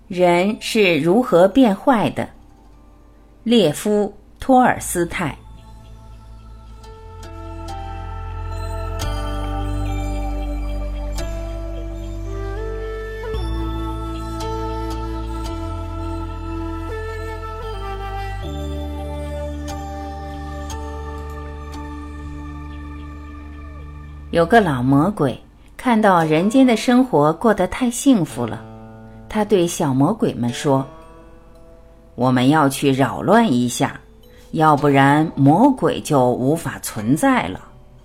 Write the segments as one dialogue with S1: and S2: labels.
S1: 人是如何变坏的？列夫·托尔斯泰。有个老魔鬼，看到人间的生活过得太幸福了，他对小魔鬼们说：我们要去扰乱一下，要不然魔鬼就无法存在了。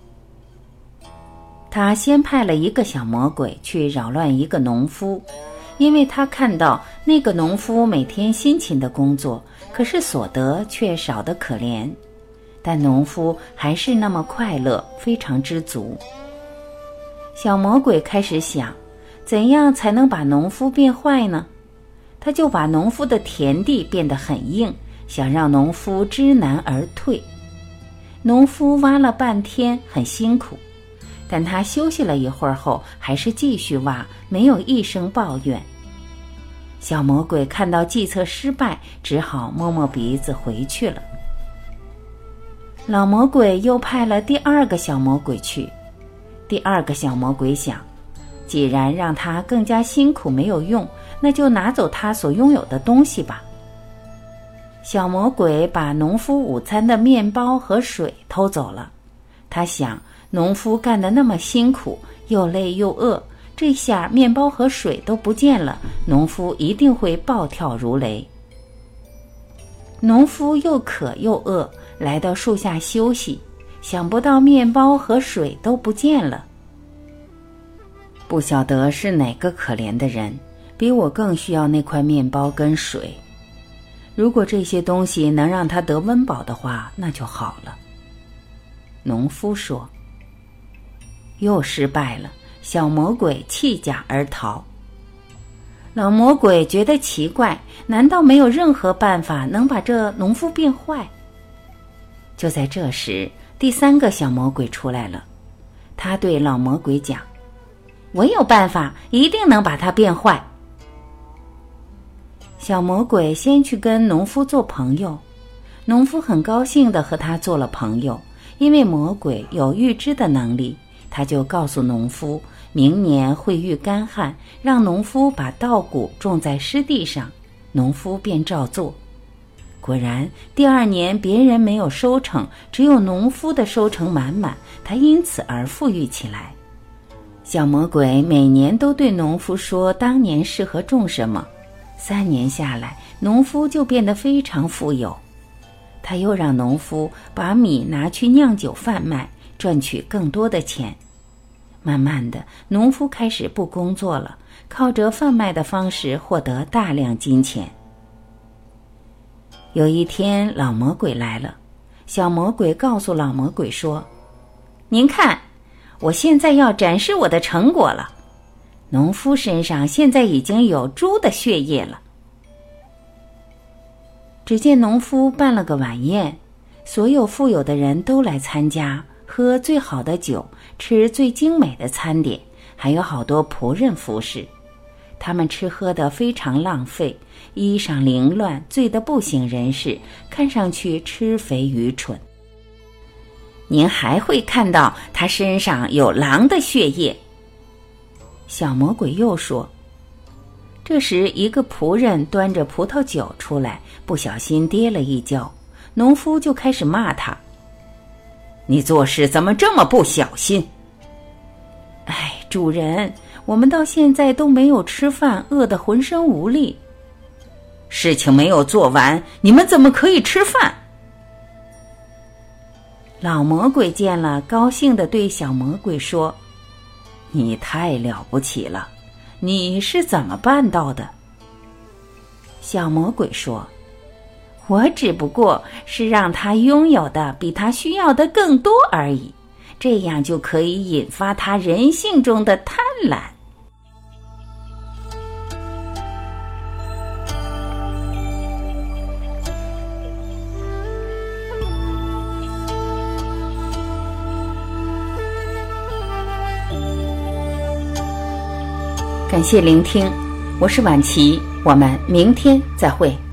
S1: 他先派了一个小魔鬼去扰乱一个农夫，因为他看到那个农夫每天辛勤的工作，可是所得却少得可怜，但农夫还是那么快乐，非常知足。小魔鬼开始想，怎样才能把农夫变坏呢？他就把农夫的田地变得很硬，想让农夫知难而退。农夫挖了半天，很辛苦，但他休息了一会儿后，还是继续挖，没有一声抱怨。小魔鬼看到计策失败，只好摸摸鼻子回去了。老魔鬼又派了第二个小魔鬼去。第二个小魔鬼想，既然让他更加辛苦没有用，那就拿走他所拥有的东西吧。小魔鬼把农夫午餐的面包和水偷走了。他想，农夫干得那么辛苦，又累又饿，这下面包和水都不见了，农夫一定会暴跳如雷。农夫又渴又饿，来到树下休息，想不到面包和水都不见了。不晓得是哪个可怜的人，比我更需要那块面包跟水。如果这些东西能让他得温饱的话，那就好了。农夫说。又失败了，小魔鬼弃甲而逃。老魔鬼觉得奇怪，难道没有任何办法能把这农夫变坏？就在这时，第三个小魔鬼出来了。他对老魔鬼讲：我有办法，一定能把他变坏。小魔鬼先去跟农夫做朋友，农夫很高兴地和他做了朋友，因为魔鬼有预知的能力，他就告诉农夫明年会遇干旱，让农夫把稻谷种在湿地上，农夫便照做。果然，第二年别人没有收成，只有农夫的收成满满，他因此而富裕起来。小魔鬼每年都对农夫说当年适合种什么，3年下来，农夫就变得非常富有。他又让农夫把米拿去酿酒贩卖，赚取更多的钱。慢慢的，农夫开始不工作了，靠着贩卖的方式获得大量金钱。有一天，老魔鬼来了，小魔鬼告诉老魔鬼说：您看，我现在要展示我的成果了。农夫身上现在已经有猪的血液了。只见农夫办了个晚宴，所有富有的人都来参加，喝最好的酒，吃最精美的餐点，还有好多仆人服侍。他们吃喝得非常浪费，衣裳凌乱，醉得不省人事，看上去吃肥愚蠢。您还会看到他身上有狼的血液。小魔鬼又说。这时一个仆人端着葡萄酒出来，不小心跌了一跤，农夫就开始骂他：你做事怎么这么不小心？哎，主人，我们到现在都没有吃饭，饿得浑身无力。事情没有做完，你们怎么可以吃饭？老魔鬼见了，高兴地对小魔鬼说：你太了不起了，你是怎么办到的？小魔鬼说：我只不过是让他拥有的比他需要的更多而已，这样就可以引发他人性中的贪婪。感谢聆听，我是婉琪。 我们明天再会。